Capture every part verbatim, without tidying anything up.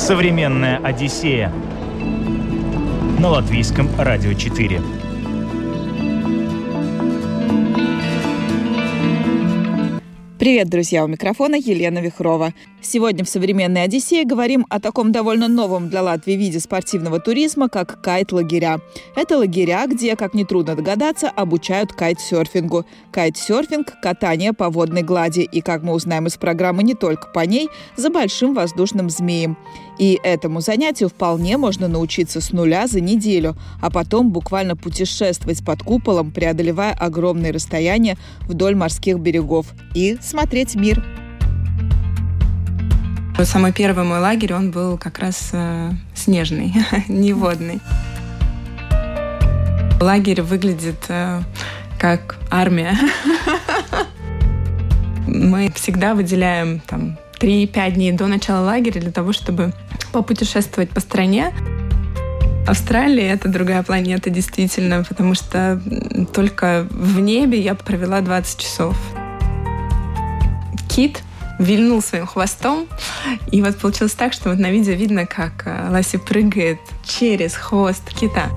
Современная Одиссея на Латвийском радио четыре. Привет, друзья! У микрофона Елена Вихрова. Сегодня в «Современной Одиссее» говорим о таком довольно новом для Латвии виде спортивного туризма, как кайт-лагеря. Это лагеря, где, как нетрудно догадаться, обучают кайтсерфингу. Кайтсерфинг – катание по водной глади. И, как мы узнаем из программы, не только по ней, за большим воздушным змеем. И этому занятию вполне можно научиться с нуля за неделю, а потом буквально путешествовать под куполом, преодолевая огромные расстояния вдоль морских берегов и смотреть мир. Самый первый мой лагерь, он был как раз э, снежный, не водный. Лагерь выглядит э, как армия. Мы всегда выделяем там три-пять дней до начала лагеря для того, чтобы попутешествовать по стране. Австралия — это другая планета, действительно, потому что только в небе я провела двадцать часов. Кит вильнул своим хвостом, и вот получилось так, что вот на видео видно, как Ласси прыгает через хвост кита.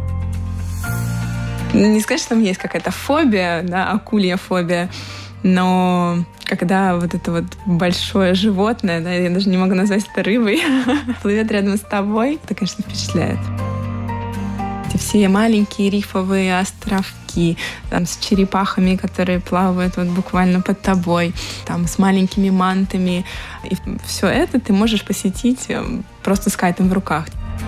Не сказать, что у меня есть какая-то фобия, да, акулья фобия, но когда вот это вот большое животное, да, я даже не могу назвать это рыбой, плывет рядом с тобой, это, конечно, впечатляет. Эти все маленькие рифовые островки, там, с черепахами, которые плавают вот буквально под тобой, там, с маленькими мантами. И все это ты можешь посетить просто с кайтом в руках.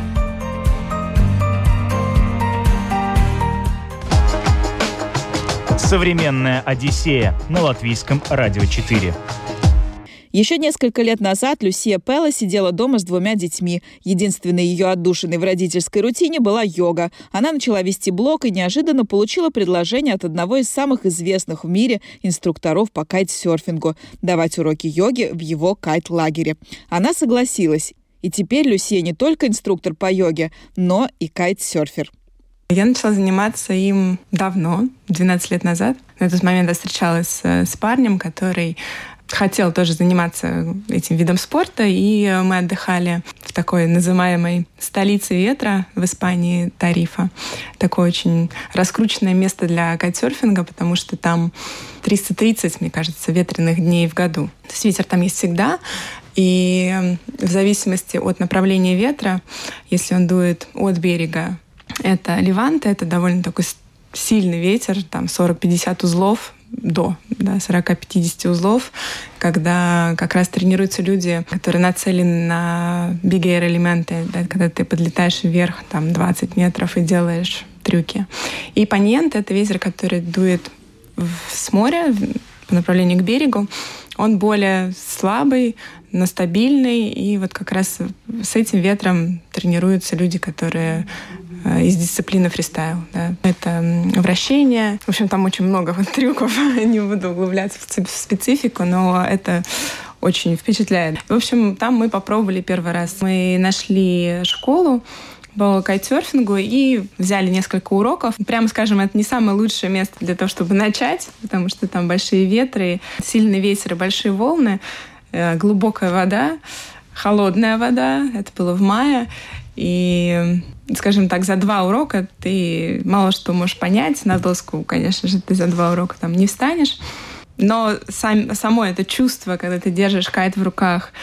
Современная Одиссея на Латвийском радио четыре. Еще несколько лет назад Люсия Пелла сидела дома с двумя детьми. Единственной ее отдушиной в родительской рутине была йога. Она начала вести блог и неожиданно получила предложение от одного из самых известных в мире инструкторов по кайтсерфингу давать уроки йоги в его кайт-лагере. Она согласилась. И теперь Люсия не только инструктор по йоге, но и кайтсерфер. Я начала заниматься им давно, двенадцать лет назад. На тот момент я встречалась с парнем, который хотел тоже заниматься этим видом спорта, и мы отдыхали в такой называемой столице ветра в Испании, Тарифа. Такое очень раскрученное место для кайтсерфинга, потому что там триста тридцать, мне кажется, ветреных дней в году. То есть ветер там есть всегда, и в зависимости от направления ветра, если он дует от берега, это леванте, это довольно такой сильный ветер, там сорок-пятьдесят узлов, до да, сорок-пятьдесят узлов, когда как раз тренируются люди, которые нацелены на big air элементы, да, когда ты подлетаешь вверх там, двадцать метров и делаешь трюки. И поньенте — это ветер, который дует с моря по направлению к берегу. Он более слабый, но стабильный, и вот как раз с этим ветром тренируются люди, которые из дисциплины фристайл. Да. Это вращение. В общем, там очень много вот трюков. Не буду углубляться в специфику, но это очень впечатляет. В общем, там мы попробовали первый раз. Мы нашли школу по кайтсерфингу и взяли несколько уроков. Прямо скажем, это не самое лучшее место для того, чтобы начать, потому что там большие ветры, сильный ветер и большие волны, глубокая вода, холодная вода. Это было в мае. И, скажем так, за два урока ты мало что можешь понять. На доску, конечно же, ты за два урока там не встанешь. Но сам, само это чувство, когда ты держишь кайт в руках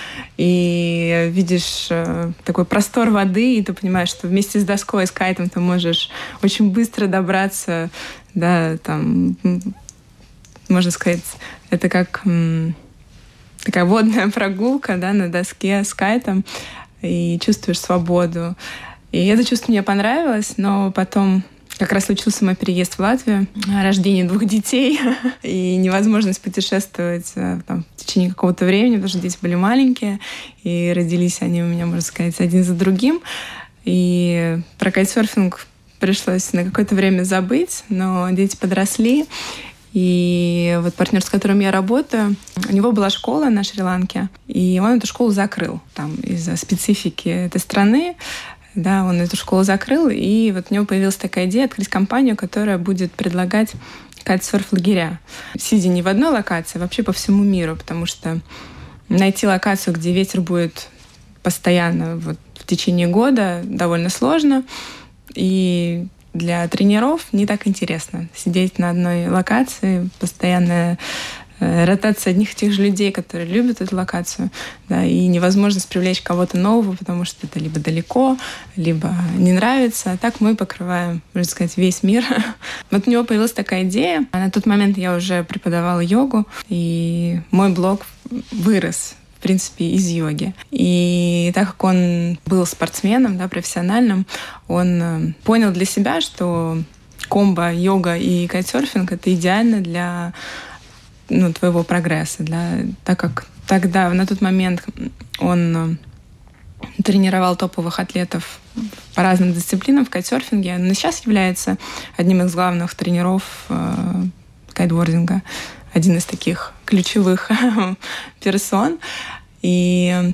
и видишь э, такой простор воды, и ты понимаешь, что вместе с доской, с кайтом ты можешь очень быстро добраться, да, там, можно сказать, это как м, такая водная прогулка, да, на доске с кайтом, и чувствуешь свободу. И это чувство мне понравилось, но потом как раз случился мой переезд в Латвию, рождение двух детей и невозможность путешествовать там, в течение какого-то времени, потому что дети были маленькие, и родились они у меня, можно сказать, один за другим. И про кайтсерфинг пришлось на какое-то время забыть, но дети подросли. И вот партнер, с которым я работаю, у него была школа на Шри-Ланке, и он эту школу закрыл там из-за специфики этой страны. Да, он эту школу закрыл, и вот у него появилась такая идея открыть компанию, которая будет предлагать кайтсерф-лагеря. Сидя не в одной локации, а вообще по всему миру, потому что найти локацию, где ветер будет постоянно вот в течение года довольно сложно. И для тренеров не так интересно сидеть на одной локации, постоянная ротация одних и тех же людей, которые любят эту локацию, да, и невозможность привлечь кого-то нового, потому что это либо далеко, либо не нравится. А так мы покрываем, можно сказать, весь мир. Вот у него появилась такая идея. А на тот момент я уже преподавала йогу, и мой блог вырос, в принципе, из йоги. И так как он был спортсменом, да, профессиональным, он понял для себя, что комбо йога и кайтсерфинг — это идеально для ну, твоего прогресса, да, так как тогда, на тот момент, он тренировал топовых атлетов по разным дисциплинам в кайтсерфинге, он сейчас является одним из главных тренеров э, кайтбординга, один из таких ключевых персон. И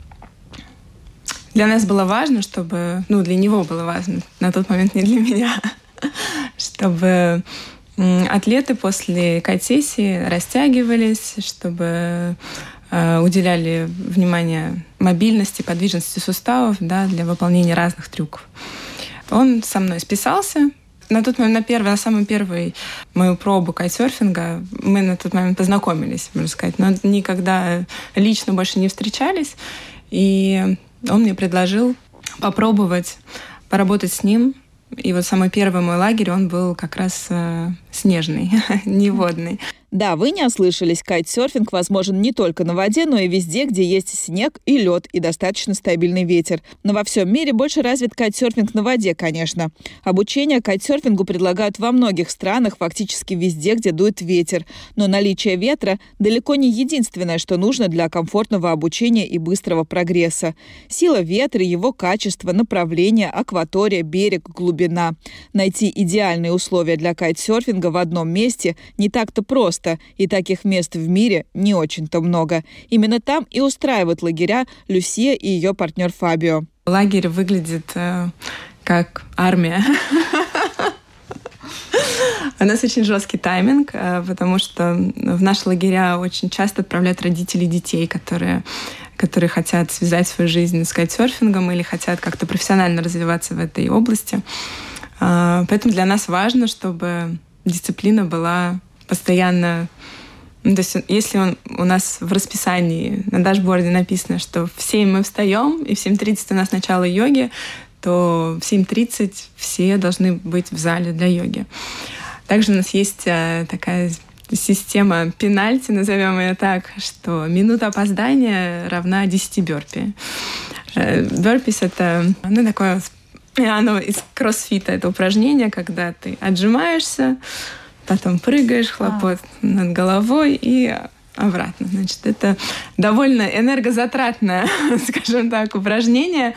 для нас было важно, чтобы, ну, для него было важно, на тот момент не для меня, чтобы атлеты после кайт-сессии растягивались, чтобы э, уделяли внимание мобильности, подвижности суставов, да, для выполнения разных трюков. Он со мной списался. На тот момент, на, первый, на самую первую мою пробу кайтсерфинга мы на тот момент познакомились, можно сказать, но никогда лично больше не встречались. И он мне предложил попробовать поработать с ним. И вот самый первый мой лагерь, он был как раз э, снежный, не водный. Да, вы не ослышались. Кайтсерфинг возможен не только на воде, но и везде, где есть снег и лед, и достаточно стабильный ветер. Но во всем мире больше развит кайтсерфинг на воде, конечно. Обучение кайтсерфингу предлагают во многих странах, фактически везде, где дует ветер. Но наличие ветра далеко не единственное, что нужно для комфортного обучения и быстрого прогресса. Сила ветра, его качество, направление, акватория, берег, глубина. Найти идеальные условия для кайтсерфинга в одном месте не так-то просто. И таких мест в мире не очень-то много. Именно там и устраивают лагеря Люсия и ее партнер Фабио. Лагерь выглядит э, как армия. У нас очень жесткий тайминг, э, потому что в наши лагеря очень часто отправляют родители детей, которые, которые хотят связать свою жизнь с кайтсерфингом или хотят как-то профессионально развиваться в этой области. Э, поэтому для нас важно, чтобы дисциплина была постоянно. Ну, то есть, если он, у нас в расписании на дашборде написано, что в семь мы встаем, и в семь тридцать у нас начало йоги, то в семь тридцать все должны быть в зале для йоги. Также у нас есть а, такая система пенальти, назовем ее так, что минута опоздания равна десяти бёрпи. Бёрпис — это ну, такое, оно из кроссфита, это упражнение, когда ты отжимаешься, потом прыгаешь, хлопот а. над головой и обратно. Значит, это довольно энергозатратное, скажем так, упражнение.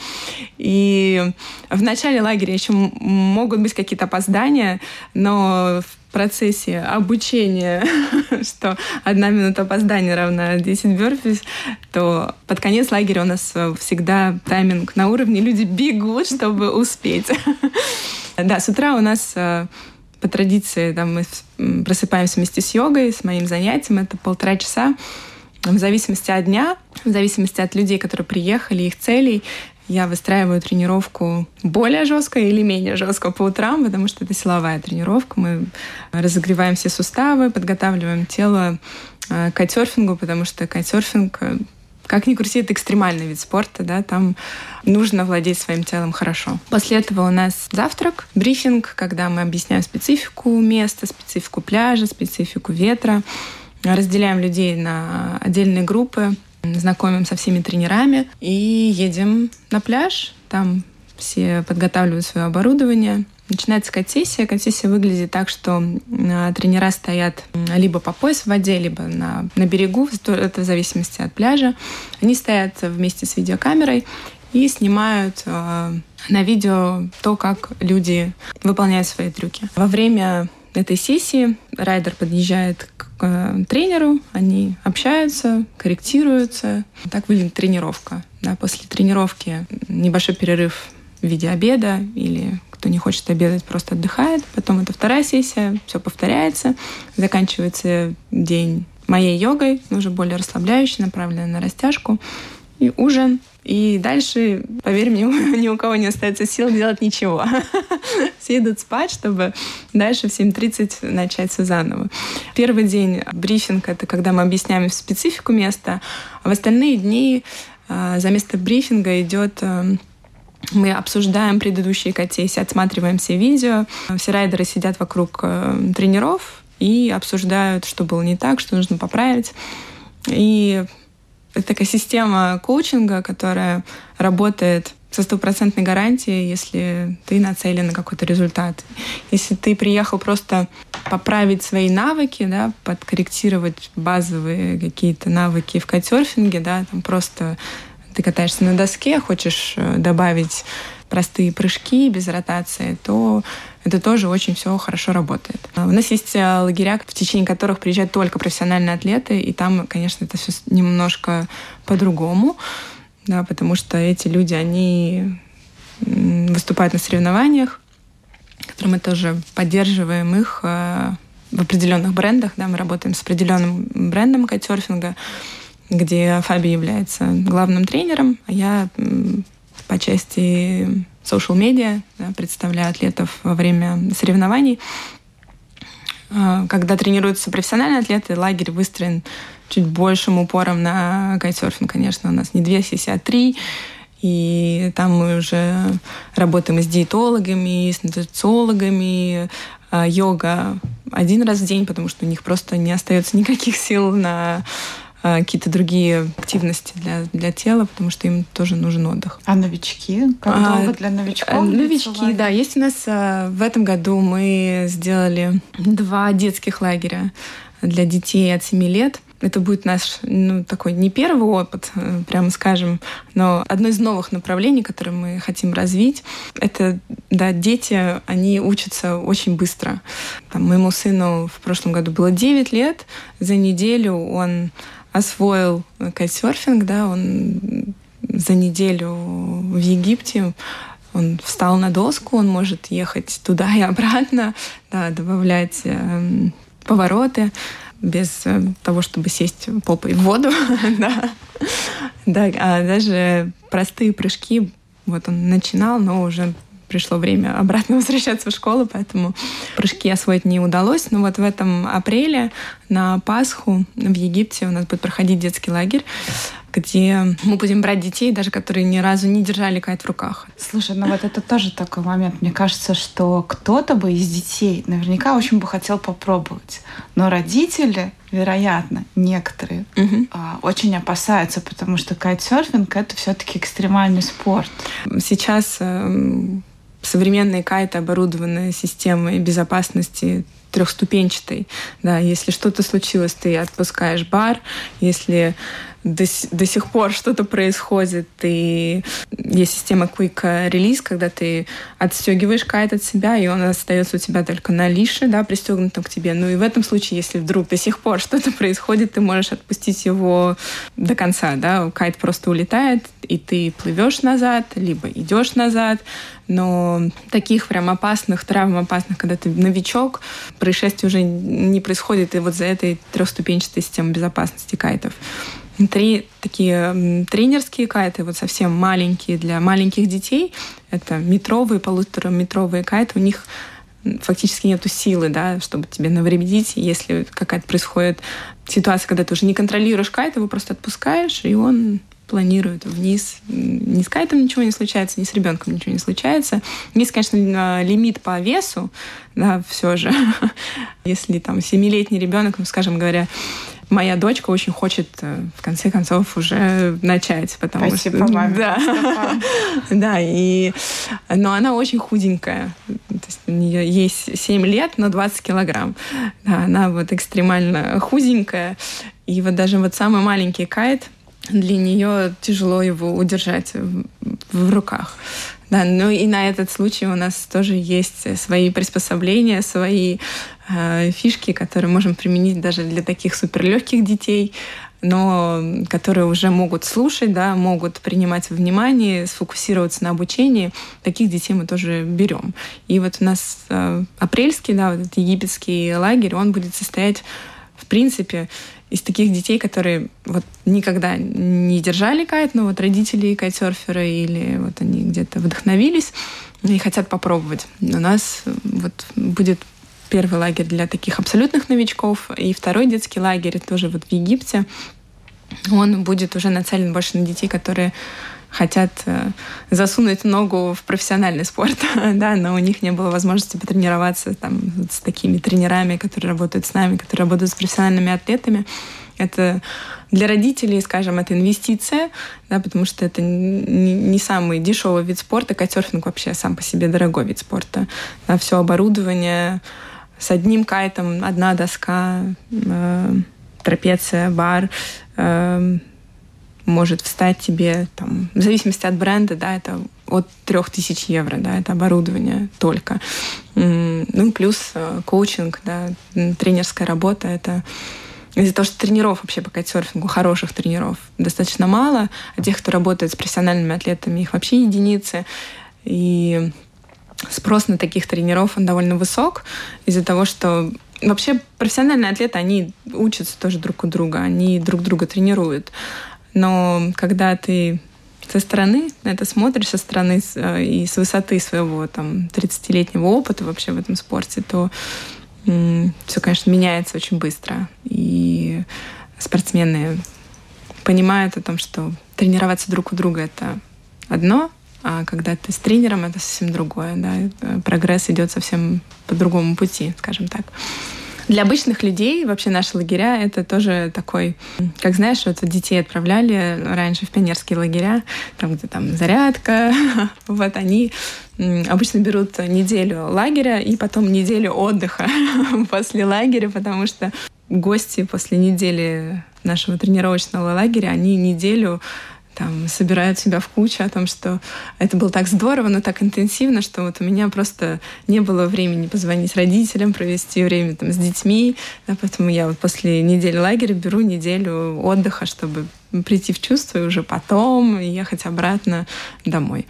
И в начале лагеря еще могут быть какие-то опоздания, но в процессе обучения, что одна минута опоздания равна десять бёрпис, то под конец лагеря у нас всегда тайминг на уровне, люди бегут, чтобы успеть. Да, с утра у нас по традиции там, мы просыпаемся вместе с йогой, с моим занятием. Это полтора часа. В зависимости от дня, в зависимости от людей, которые приехали, их целей, я выстраиваю тренировку более жесткую или менее жесткую по утрам, потому что это силовая тренировка. Мы разогреваем все суставы, подготавливаем тело к кайтсерфингу, потому что кайтсерфинг, как ни крути, это экстремальный вид спорта, да, там нужно владеть своим телом хорошо. После этого у нас завтрак, брифинг, когда мы объясняем специфику места, специфику пляжа, специфику ветра, разделяем людей на отдельные группы, знакомим со всеми тренерами и едем на пляж. Там все подготавливают свое оборудование. Начинается кайт-сессия. Кайт-сессия выглядит так, что тренера стоят либо по пояс в воде, либо на, на берегу, это в зависимости от пляжа. Они стоят вместе с видеокамерой и снимают э, на видео то, как люди выполняют свои трюки. Во время этой сессии райдер подъезжает к э, тренеру, они общаются, корректируются. Так выглядит тренировка. Да, после тренировки небольшой перерыв в виде обеда или кто не хочет обедать, просто отдыхает. Потом это вторая сессия, все повторяется. Заканчивается день моей йогой, уже более расслабляющей, направленной на растяжку. И ужин. И дальше, поверь мне, ни у кого не остается сил делать ничего. Все идут спать, чтобы дальше в семь тридцать начать все заново. Первый день брифинг — это когда мы объясняем специфику места, а в остальные дни за место брифинга идет... Мы обсуждаем предыдущие кат-сессии, отсматриваем все видео. Все райдеры сидят вокруг тренеров и обсуждают, что было не так, что нужно поправить. И это такая система коучинга, которая работает со стопроцентной гарантией, если ты нацелен на какой-то результат. Если ты приехал просто поправить свои навыки, да, подкорректировать базовые какие-то навыки в кайтсерфинге, да, там просто ты катаешься на доске, хочешь добавить простые прыжки без ротации, то это тоже очень все хорошо работает. У нас есть лагеря, в течение которых приезжают только профессиональные атлеты, и там, конечно, это все немножко по-другому, да, потому что эти люди, они выступают на соревнованиях, которые мы тоже поддерживаем их в определенных брендах. Да, мы работаем с определенным брендом кайтсерфинга, где Фаби является главным тренером, а я по части social media, да, представляю атлетов во время соревнований. Когда тренируются профессиональные атлеты, лагерь выстроен чуть большим упором на кайтсерфинг, конечно. У нас не две сессии, а три. И там мы уже работаем и с диетологами, и с нутрициологами. Йога один раз в день, потому что у них просто не остается никаких сил на какие-то другие активности для, для тела, потому что им тоже нужен отдых. А новички? Как а, долго для новичков? Новички, да. Есть у нас в этом году мы сделали два детских лагеря для детей от семи лет. Это будет наш, ну, такой не первый опыт, прямо скажем, но одно из новых направлений, которое мы хотим развить. Это, да, дети, они учатся очень быстро. Там, моему сыну в прошлом году было девять лет. За неделю он освоил кайтсерфинг, да, он за неделю в Египте он встал на доску, он может ехать туда и обратно, да, добавлять э, повороты без э, того, чтобы сесть попой в воду. да. да, а даже простые прыжки, вот он начинал, но уже пришло время обратно возвращаться в школу, поэтому прыжки освоить не удалось. Но вот в этом апреле на Пасху в Египте у нас будет проходить детский лагерь, где мы будем брать детей, даже которые ни разу не держали кайт в руках. Слушай, ну вот это тоже такой момент. Мне кажется, что кто-то бы из детей наверняка очень бы хотел попробовать. Но родители, вероятно, некоторые угу. очень опасаются, потому что кайтсерфинг — это все-таки экстремальный спорт. Сейчас современные кайты оборудованы системой безопасности трехступенчатой. Да, если что-то случилось, ты отпускаешь бар. Если до, до сих пор что-то происходит, и есть система Quick Release, когда ты отстегиваешь кайт от себя, и он остается у тебя только на лише, да, пристегнутом к тебе. Ну и в этом случае, если вдруг до сих пор что-то происходит, ты можешь отпустить его до конца. Да? Кайт просто улетает, и ты плывешь назад, либо идешь назад. Но таких прям опасных, травм опасных, когда ты новичок, происшествий уже не происходит и вот за этой трехступенчатой системой безопасности кайтов. Три такие тренерские кайты, вот совсем маленькие для маленьких детей. Это метровые, полутораметровые кайты. У них фактически нету силы, да, чтобы тебе навредить. Если какая-то происходит ситуация, когда ты уже не контролируешь кайт, его просто отпускаешь, и он планирует вниз. Ни с кайтом ничего не случается, ни с ребенком ничего не случается. Есть, конечно, лимит по весу, да, все же. Если там семилетний ребенок, ну, скажем говоря, моя дочка очень хочет, в конце концов, уже начать, потому Спасибо, что... маме. Да. да, и... Но она очень худенькая. То есть у нее есть семь лет, но двадцать килограмм. Да, она вот экстремально худенькая. И вот даже вот самый маленький кайт, для нее тяжело его удержать в, в руках. Да, ну и на этот случай у нас тоже есть свои приспособления, свои э, фишки, которые можем применить даже для таких суперлегких детей, но которые уже могут слушать, да, могут принимать во внимание, сфокусироваться на обучении. Таких детей мы тоже берем. И вот у нас э, апрельский, да, вот этот египетский лагерь, он будет состоять, в принципе, из таких детей, которые вот никогда не держали кайт, но вот родители кайтсерферы или вот они где-то вдохновились и хотят попробовать. У нас вот будет первый лагерь для таких абсолютных новичков, и второй детский лагерь тоже вот в Египте. Он будет уже нацелен больше на детей, которые хотят засунуть ногу в профессиональный спорт, да, но у них не было возможности потренироваться там, с такими тренерами, которые работают с нами, которые работают с профессиональными атлетами. Это для родителей, скажем, это инвестиция, да, потому что это не, не самый дешевый вид спорта. Кайтсерфинг вообще сам по себе дорогой вид спорта. Да, все оборудование с одним кайтом, одна доска, э, трапеция, бар, э, может встать тебе, там, в зависимости от бренда, да, это от трех тысяч евро, да, это оборудование только. Ну, плюс коучинг, да, тренерская работа, это из-за того, что тренеров вообще по кайтсерфингу, хороших тренеров, достаточно мало, а тех, кто работает с профессиональными атлетами, их вообще единицы. И спрос на таких тренеров, он довольно высок из-за того, что вообще профессиональные атлеты, они учатся тоже друг у друга, они друг друга тренируют. Но когда ты со стороны на это смотришь, со стороны и с высоты своего там, тридцатилетнего опыта вообще в этом спорте, то м- все, конечно, меняется очень быстро. И спортсмены понимают о том, что тренироваться друг у друга — это одно, а когда ты с тренером — это совсем другое. Да? Прогресс идет совсем по другому пути, скажем так. Для обычных людей вообще наши лагеря — это тоже такой, как знаешь, вот детей отправляли раньше в пионерские лагеря, там где там зарядка, вот они обычно берут неделю лагеря и потом неделю отдыха после лагеря, потому что гости после недели нашего тренировочного лагеря, они неделю там собирают себя в кучу о том, что это было так здорово, но так интенсивно, что вот у меня просто не было времени позвонить родителям, провести время там с детьми. Да, поэтому я вот после недели лагеря беру неделю отдыха, чтобы прийти в чувство и уже потом ехать обратно домой.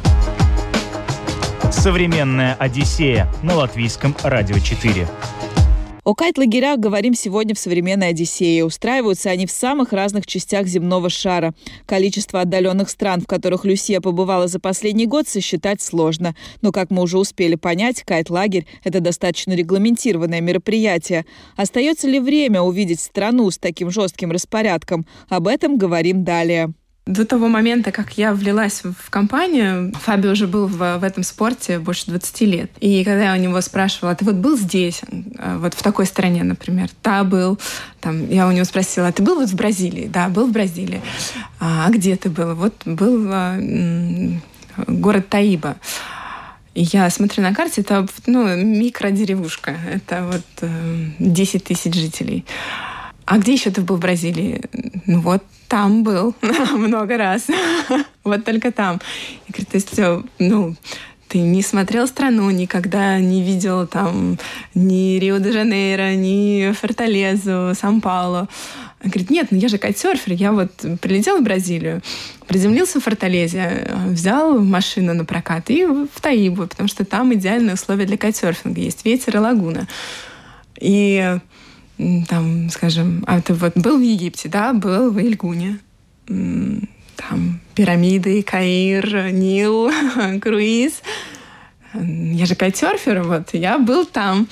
Современная Одиссея на Латвийском радио четыре. О кайт-лагерях говорим сегодня в «Современной Одиссее». Устраиваются они в самых разных частях земного шара. Количество отдаленных стран, в которых Люсия побывала за последний год, сосчитать сложно. Но, как мы уже успели понять, кайт-лагерь – это достаточно регламентированное мероприятие. Остается ли время увидеть страну с таким жестким распорядком? Об этом говорим далее. До того момента, как я влилась в компанию, Фабио уже был в, в этом спорте больше двадцати лет. И когда я у него спрашивала: а ты вот был здесь, вот в такой стране, например? Да, был. Там, я у него спросила: а ты был вот в Бразилии? Да, был в Бразилии. А, а где ты был? Вот был м- город Таиба. И я смотрю на карте, это ну, микродеревушка. Это вот э, десять тысяч жителей. А где еще ты был в Бразилии? Ну вот там был много раз. Вот только там. Я говорю, то есть, ну, ты не смотрел страну, никогда не видел там ни Рио-де-Жанейро, ни Форталезу, Сан-Паулу. Он говорит, нет, ну я же кайтсерфер. Я вот прилетел в Бразилию, приземлился в Форталезе, взял машину на прокат и в Таибу, потому что там идеальные условия для кайтсерфинга. Есть ветер и лагуна. И там, скажем, а ты вот был в Египте, да, был в Эльгуне. Там пирамиды, Каир, Нил, круиз. Я же кайтсерфер, вот, я был там.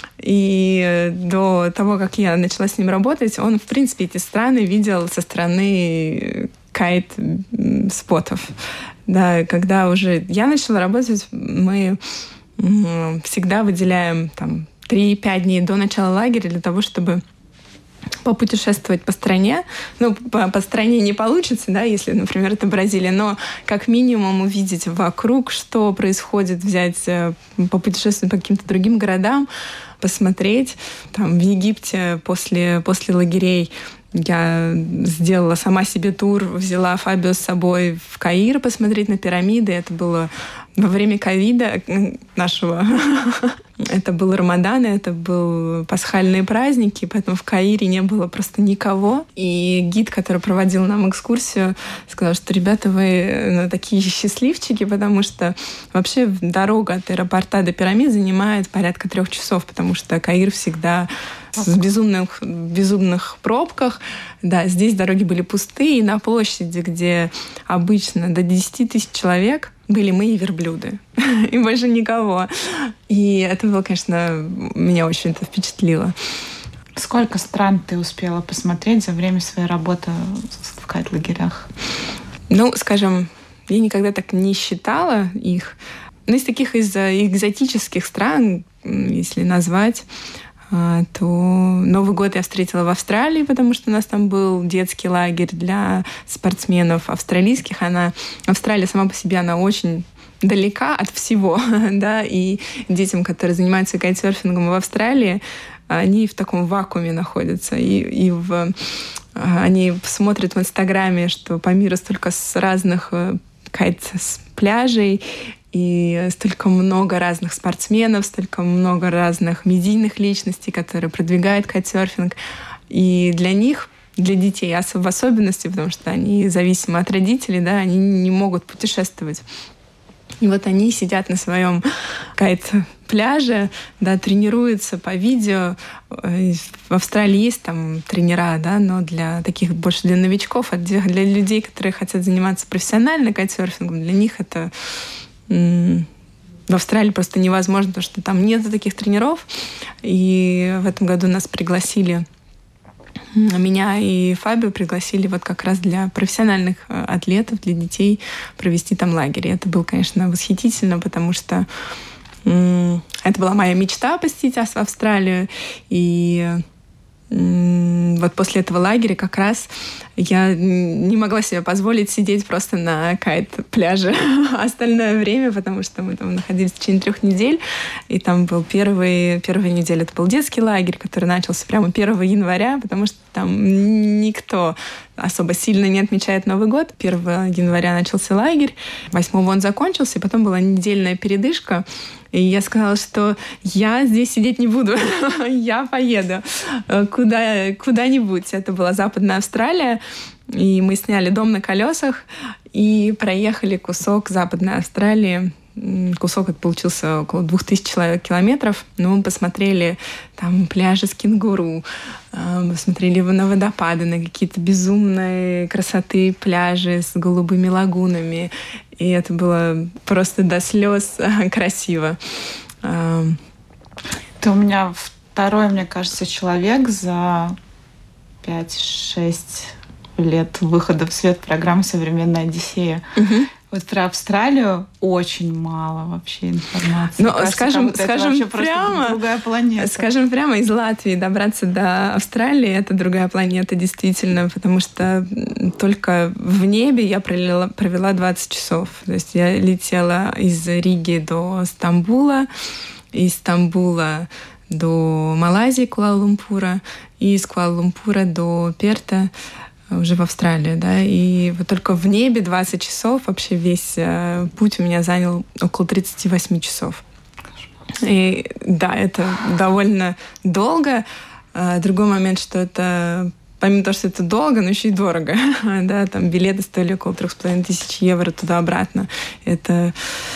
И до того, как я начала с ним работать, он, в принципе, эти страны видел со стороны кайт-спотов. Да, когда уже я начала работать, мы всегда выделяем там три-пять дней до начала лагеря для того, чтобы попутешествовать по стране. Ну, по, по стране не получится, да, если, например, это Бразилия, но как минимум увидеть вокруг, что происходит, взять, попутешествовать по каким-то другим городам, посмотреть. Там в Египте после, после лагерей я сделала сама себе тур, взяла Фабио с собой в Каир посмотреть на пирамиды. Это было во время ковида нашего Это был Рамадан, это были пасхальные праздники, поэтому в Каире не было просто никого. И гид, который проводил нам экскурсию, сказал, что, ребята, вы ну, такие счастливчики, потому что вообще дорога от аэропорта до пирамид занимает порядка трех часов, потому что Каир всегда в безумных, безумных пробках. Да, здесь дороги были пустые, и на площади, где обычно до десяти тысяч человек, были мы и верблюды. И больше никого. И это было, конечно, меня очень это впечатлило. Сколько стран ты успела посмотреть за время своей работы в кайт-лагерях? Ну, скажем, я никогда так не считала их. Но из таких из экзотических стран, если назвать, то Новый год я встретила в Австралии, потому что у нас там был детский лагерь для спортсменов австралийских. Она, Австралия сама по себе, она очень далека от всего, да, и детям, которые занимаются кайтсерфингом в Австралии, они в таком вакууме находятся, и, и в, они смотрят в Инстаграме, что по миру столько с разных кайт-пляжей, и столько много разных спортсменов, столько много разных медийных личностей, которые продвигают кайтсерфинг. И для них, для детей в особенности, потому что они зависимы от родителей, да, они не могут путешествовать. И вот они сидят на своем кайт-пляже, да, тренируются по видео. В Австралии есть там тренера, да, но для таких больше для новичков, а для людей, которые хотят заниматься профессионально кайтсерфингом, для них это в Австралии просто невозможно, потому что там нет таких тренеров. И в этом году нас пригласили, меня и Фабио пригласили вот как раз для профессиональных атлетов, для детей провести там лагерь. И это было, конечно, восхитительно, потому что м- это была моя мечта посетить Австралию. И вот после этого лагеря как раз я не могла себе позволить сидеть просто на кайт-пляже остальное время, потому что мы там находились в течение трех недель, и там был первый, первая неделя, это был детский лагерь, который начался прямо первого января, потому что там никто особо сильно не отмечает Новый год. первого января начался лагерь, восьмого он закончился, и потом была недельная передышка. И я сказала, что я здесь сидеть не буду, я поеду куда, куда-нибудь. Это была Западная Австралия, и мы сняли дом на колесах и проехали кусок Западной Австралии. Кусок это получился около двух тысяч километров, но мы посмотрели там пляжи с кенгуру, посмотрели на водопады, на какие-то безумные красоты пляжи с голубыми лагунами. И это было просто до слез красиво. Ты у меня второй, мне кажется, человек за пять-шесть лет выхода в свет программы «Современная Одиссея». Угу. Вот про Австралию очень мало вообще информации. Ну, скажем, скажем прямо, другая планета. Скажем прямо, из Латвии добраться до Австралии — это другая планета, действительно, потому что только в небе я провела, провела двадцать часов. То есть я летела из Риги до Стамбула, из Стамбула до Малайзии, Куала-Лумпура, и из Куала-Лумпура до Перта, уже в Австралию, да, и вот только в небе двадцать часов, вообще весь э, путь у меня занял около тридцать восемь часов. И да, это довольно долго. А, другой момент, что это, помимо того, что это долго, но еще и дорого, да, там билеты стоили около трех с половиной тысяч евро туда-обратно. Это,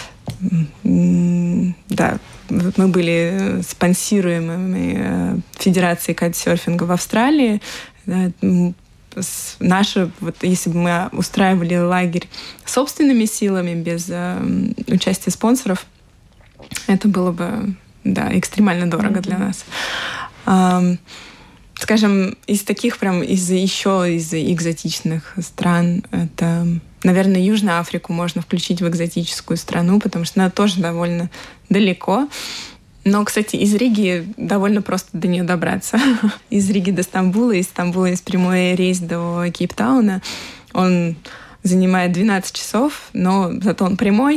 да, мы были спонсируемыми Федерацией кайтсерфинга в Австралии, да, Наши, вот если бы мы устраивали лагерь собственными силами, без э, участия спонсоров, это было бы, да, экстремально дорого mm-hmm. для нас. Эм, скажем, из таких прям, из еще из экзотичных стран, это, наверное, Южную Африку можно включить в экзотическую страну, потому что она тоже довольно далеко. Но, кстати, из Риги довольно просто до нее добраться. Из Риги до Стамбула, из Стамбула есть прямой рейс до Кейптауна. Он занимает двенадцать часов, но зато он прямой.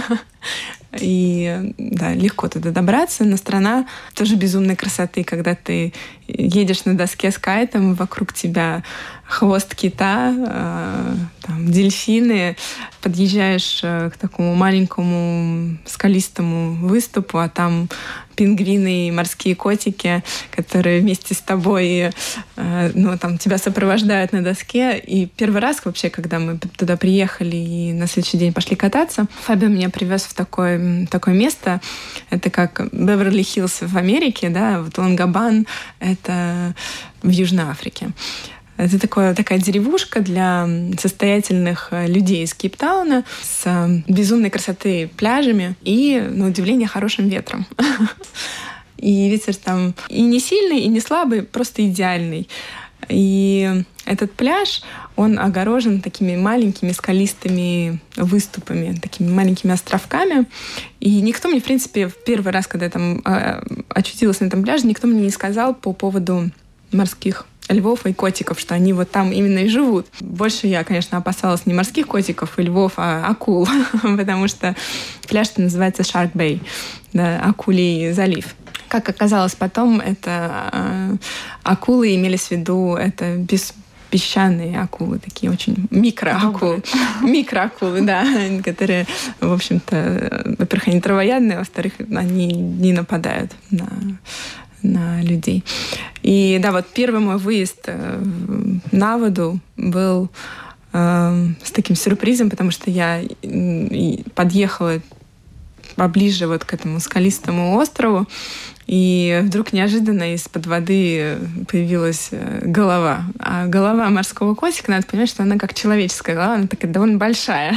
И да, легко туда добраться. Но страна тоже безумной красоты, когда ты едешь на доске с кайтом, вокруг тебя хвост кита, там дельфины, подъезжаешь к такому маленькому скалистому выступу, а там пингвины и морские котики, которые вместе с тобой, ну, там, тебя сопровождают на доске. И первый раз вообще, когда мы туда приехали и на следующий день пошли кататься, Фабио меня привез в такое, такое место. Это как Беверли-Хиллз в Америке, да, вот Лангобан — это в Южной Африке. Это такое, такая деревушка для состоятельных людей из Кейптауна с безумной красоты пляжами и, на удивление, хорошим ветром. И ветер там и не сильный, и не слабый, просто идеальный. И этот пляж, он огорожен такими маленькими скалистыми выступами, такими маленькими островками. И никто мне, в принципе, в первый раз, когда я там очутилась на этом пляже, никто мне не сказал по поводу морских львов и котиков, что они вот там именно и живут. Больше я, конечно, опасалась не морских котиков и львов, а акул, потому что пляж-то называется Shark Bay, да, Акулий залив. Как оказалось потом, это э, акулы имелись в виду, это без песчаные акулы, такие очень микроакулы. Микроакулы, да, которые, в общем-то, во-первых, они травоядные, во-вторых, они не нападают на на людей. И да, вот первый мой выезд на воду был э, с таким сюрпризом, потому что я подъехала поближе вот к этому скалистому острову, и вдруг неожиданно из-под воды появилась голова. А голова морского котика, надо понимать, что она как человеческая голова, она такая довольно большая.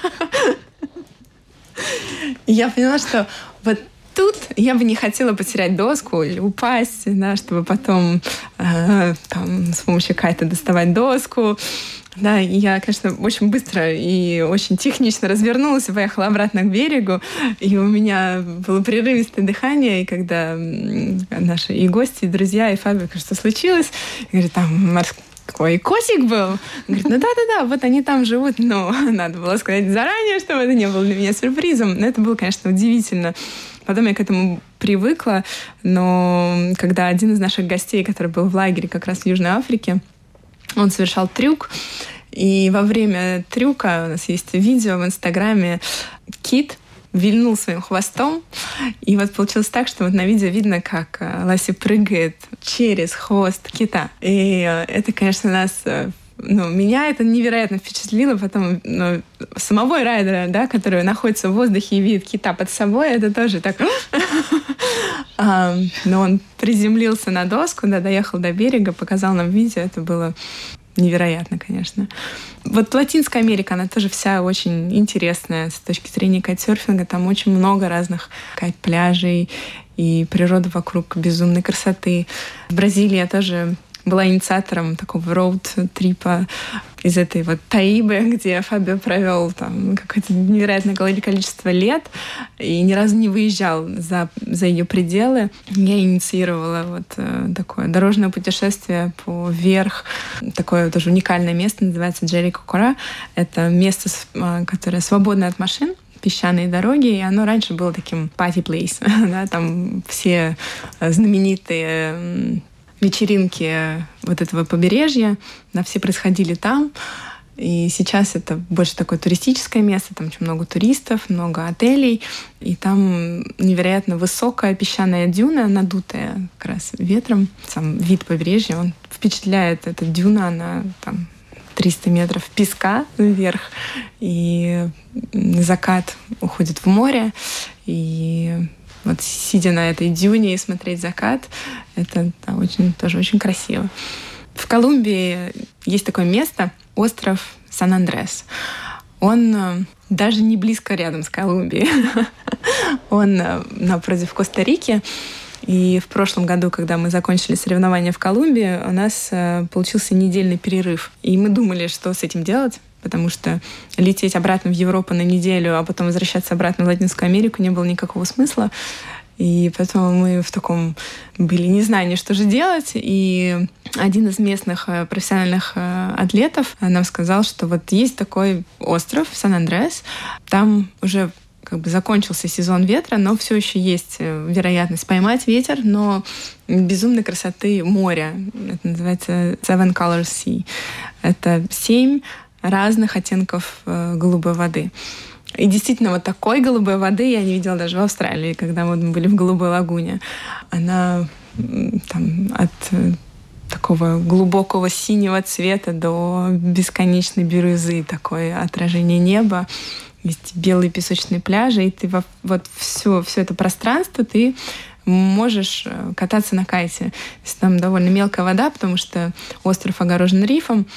И я поняла, что вот тут я бы не хотела потерять доску или упасть, да, чтобы потом э, там, с помощью кайта доставать доску. Да, и я, конечно, очень быстро и очень технично развернулась и поехала обратно к берегу. И у меня было прерывистое дыхание. И когда наши и гости, и друзья, и Фабио, что случилось? Я говорю, там морской котик был. Он говорит, ну да-да-да, вот они там живут. Но надо было сказать заранее, чтобы это не было для меня сюрпризом. Но это было, конечно, удивительно. Потом я к этому привыкла, но когда один из наших гостей, который был в лагере как раз в Южной Африке, он совершал трюк, и во время трюка, у нас есть видео в Инстаграме, кит вильнул своим хвостом, и вот получилось так, что вот на видео видно, как Ласси прыгает через хвост кита. И это, конечно, нас... Ну, меня это невероятно впечатлило. Потом ну, самого райдера, да, который находится в воздухе и видит кита под собой, это тоже так... Но он приземлился на доску, да, доехал до берега, показал нам видео. Это было невероятно, конечно. Вот Латинская Америка, она тоже вся очень интересная с точки зрения кайтсерфинга. Там очень много разных кайт-пляжей и природа вокруг безумной красоты. В Бразилии я тоже была инициатором такого роуд-трипа из этой вот Таибы, где Фабио провел там какое-то невероятное количество лет и ни разу не выезжал за, за ее пределы. Я инициировала вот э, такое дорожное путешествие по вверх. Такое тоже уникальное место, называется Джерикокора. Это место, которое свободно от машин, песчаные дороги, и оно раньше было таким party place. Да, там все знаменитые вечеринки вот этого побережья, да, все происходили там. И сейчас это больше такое туристическое место, там очень много туристов, много отелей, и там невероятно высокая песчаная дюна, надутая как раз ветром. Сам вид побережья, он впечатляет. Эта дюна, она там триста метров песка вверх, и закат уходит в море, и вот сидя на этой дюне и смотреть закат, это да, очень, тоже очень красиво. В Колумбии есть такое место, остров Сан-Андрес. Он даже не близко рядом с Колумбией. Он напротив Коста-Рики. И в прошлом году, когда мы закончили соревнования в Колумбии, у нас получился недельный перерыв. И мы думали, что с этим делать, потому что лететь обратно в Европу на неделю, а потом возвращаться обратно в Латинскую Америку не было никакого смысла. И поэтому мы в таком были незнании, что же делать. И один из местных профессиональных атлетов нам сказал, что вот есть такой остров Сан-Андрес, там уже как бы закончился сезон ветра, но все еще есть вероятность поймать ветер, но безумной красоты моря. Это называется Seven Colors Sea. Это семь разных оттенков голубой воды. И действительно, вот такой голубой воды я не видела даже в Австралии, когда мы были в Голубой лагуне. Она там от такого глубокого синего цвета до бесконечной бирюзы, такое отражение неба. Есть белые песочные пляжи, и ты во, вот все, все это пространство ты можешь кататься на кайте. Там довольно мелкая вода, потому что остров огорожен рифом,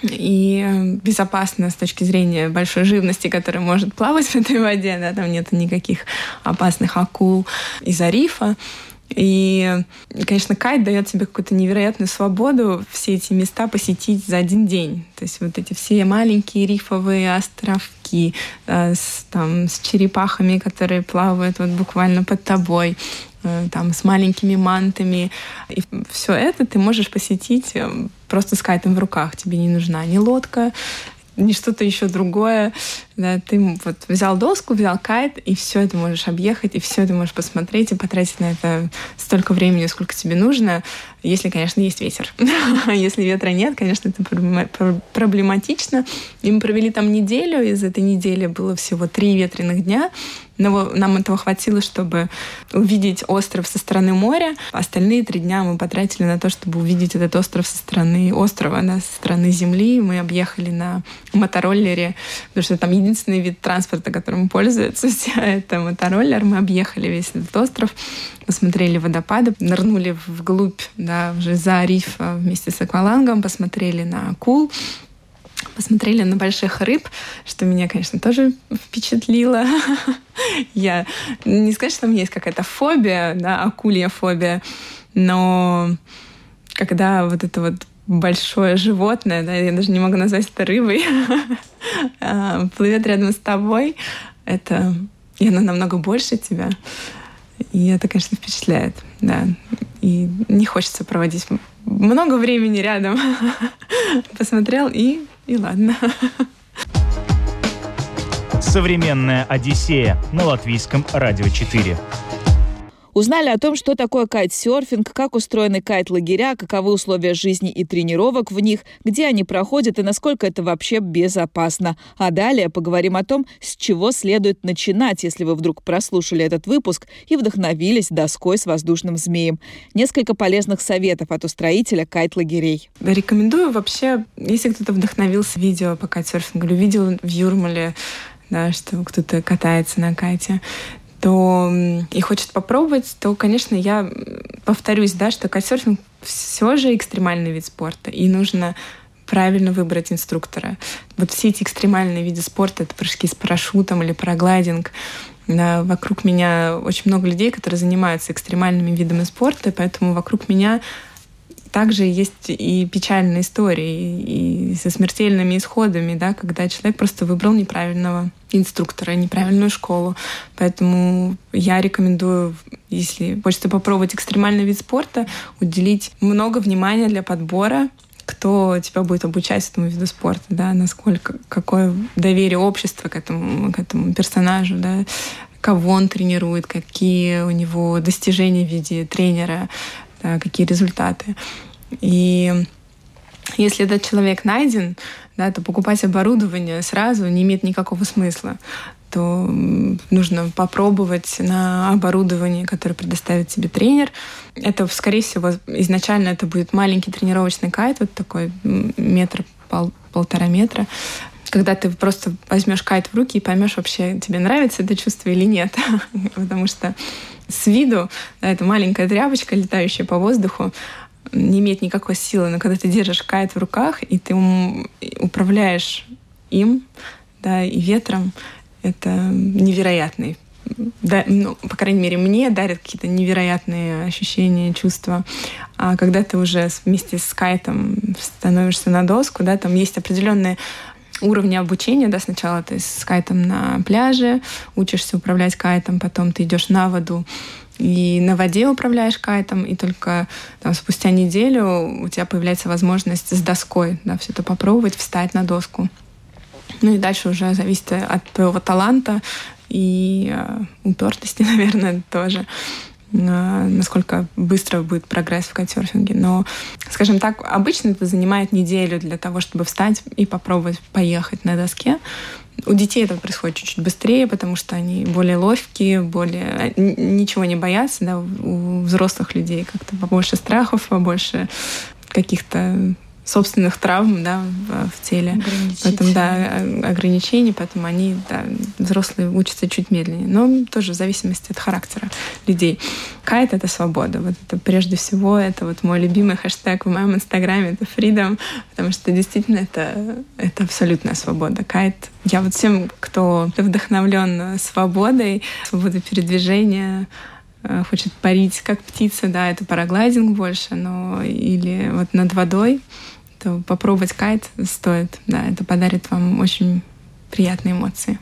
и безопасно с точки зрения большой живности, которая может плавать в этой воде. Да, там нет никаких опасных акул из-за рифа. И, конечно, кайт дает тебе какую-то невероятную свободу все эти места посетить за один день. То есть вот эти все маленькие рифовые островки э, с, там, с черепахами, которые плавают вот буквально под тобой, э, там, с маленькими мантами. И все это ты можешь посетить просто с кайтом в руках. Тебе не нужна ни лодка, ни что-то еще другое. Да, ты вот взял доску, взял кайт, и все это можешь объехать, и все это можешь посмотреть, и потратить на это столько времени, сколько тебе нужно, если, конечно, есть ветер. Если ветра нет, конечно, это проблематично. И мы провели там неделю, из этой недели было всего три ветреных дня, но нам этого хватило, чтобы увидеть остров со стороны моря. Остальные три дня мы потратили на то, чтобы увидеть этот остров со стороны острова, да, со стороны земли. Мы объехали на мотороллере, потому что там единственный вид транспорта, которым пользуются все, это мотороллер. Мы объехали весь этот остров, посмотрели водопады, нырнули вглубь, да, уже за риф вместе с аквалангом, посмотрели на акул, посмотрели на больших рыб, что меня, конечно, тоже впечатлило. Я не сказать, что у меня есть какая-то фобия, да, акулья фобия, но когда вот это вот большое животное, да, я даже не могу назвать это рыбой, плывет рядом с тобой, это, и оно намного больше тебя. И это, конечно, впечатляет, да. И не хочется проводить много времени рядом. Посмотрел и, и ладно. Современная Одиссея на Латвийском радио четыре. Узнали о том, что такое кайтсерфинг, как устроены кайт-лагеря, каковы условия жизни и тренировок в них, где они проходят и насколько это вообще безопасно. А далее поговорим о том, с чего следует начинать, если вы вдруг прослушали этот выпуск и вдохновились доской с воздушным змеем. Несколько полезных советов от устроителя кайт-лагерей. Рекомендую вообще, если кто-то вдохновился видео по кайтсерфингу или видел в Юрмале, да, что кто-то катается на кайте, то и хочет попробовать, то, конечно, я повторюсь, да, что кайтсерфинг все же экстремальный вид спорта, и нужно правильно выбрать инструктора. Вот все эти экстремальные виды спорта, это прыжки с парашютом или параглайдинг. Да, вокруг меня очень много людей, которые занимаются экстремальными видами спорта, поэтому вокруг меня также есть и печальные истории, и со смертельными исходами, да, когда человек просто выбрал неправильного инструктора, неправильную школу. Поэтому я рекомендую, если хочется попробовать экстремальный вид спорта, уделить много внимания для подбора, кто тебя будет обучать этому виду спорта, да, насколько, какое доверие общества к этому, к этому персонажу, да, кого он тренирует, какие у него достижения в виде тренера, да, какие результаты. И если этот человек найден, да, то покупать оборудование сразу не имеет никакого смысла. То нужно попробовать на оборудовании, которое предоставит тебе тренер. Это, скорее всего, изначально это будет маленький тренировочный кайт, вот такой метр, пол, полтора метра, когда ты просто возьмешь кайт в руки и поймешь вообще, тебе нравится это чувство или нет. Потому что с виду, да, это маленькая тряпочка, летающая по воздуху, не имеет никакой силы. Но когда ты держишь кайт в руках, и ты управляешь им, да, и ветром, это невероятный. Да, ну, по крайней мере, мне дарит какие-то невероятные ощущения, чувства. А когда ты уже вместе с кайтом становишься на доску, да, там есть определенные уровни обучения, да, сначала ты с кайтом на пляже, учишься управлять кайтом, потом ты идешь на воду и на воде управляешь кайтом, и только там, спустя неделю у тебя появляется возможность с доской, да, все это попробовать, встать на доску. Ну и дальше уже зависит от твоего таланта и э, упертости, наверное, тоже. насколько быстро будет прогресс в кайтсерфинге. Но, скажем так, обычно это занимает неделю для того, чтобы встать и попробовать поехать на доске. У детей это происходит чуть-чуть быстрее, потому что они более ловкие, более ничего не боятся. Да? У взрослых людей как-то побольше страхов, побольше каких-то собственных травм, да, в теле. Поэтому, да, ограничений, поэтому они, да, взрослые учатся чуть медленнее. Но тоже в зависимости от характера людей. Кайт — это свобода. Вот это прежде всего, это вот мой любимый хэштег в моем инстаграме, это freedom, потому что действительно это, это абсолютная свобода. Кайт. Я вот всем, кто вдохновлен свободой, свободой передвижения, хочет парить как птица, да, это параглайдинг больше, но или вот над водой, то попробовать кайт стоит, да, это подарит вам очень приятные эмоции.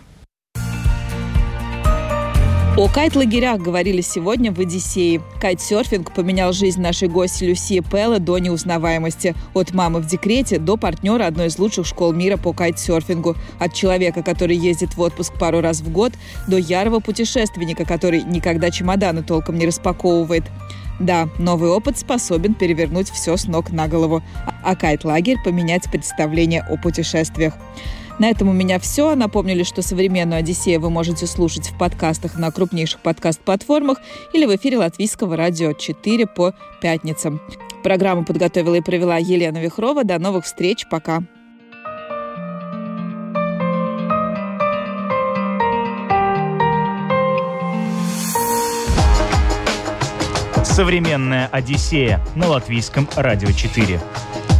О кайт-лагерях говорили сегодня в «Одиссее». Кайтсерфинг поменял жизнь нашей гости Люсии Пелле до неузнаваемости. От мамы в декрете до партнера одной из лучших школ мира по кайтсерфингу. От человека, который ездит в отпуск пару раз в год, до ярого путешественника, который никогда чемоданы толком не распаковывает. Да, новый опыт способен перевернуть все с ног на голову, а кайт-лагерь поменять представление о путешествиях. На этом у меня все. Напомнили, что современную «Одиссею» вы можете слушать в подкастах на крупнейших подкаст-платформах или в эфире Латвийского радио четыре по пятницам. Программу подготовила и провела Елена Вихрова. До новых встреч. Пока. Современная «Одиссея» на Латвийском радио четыре.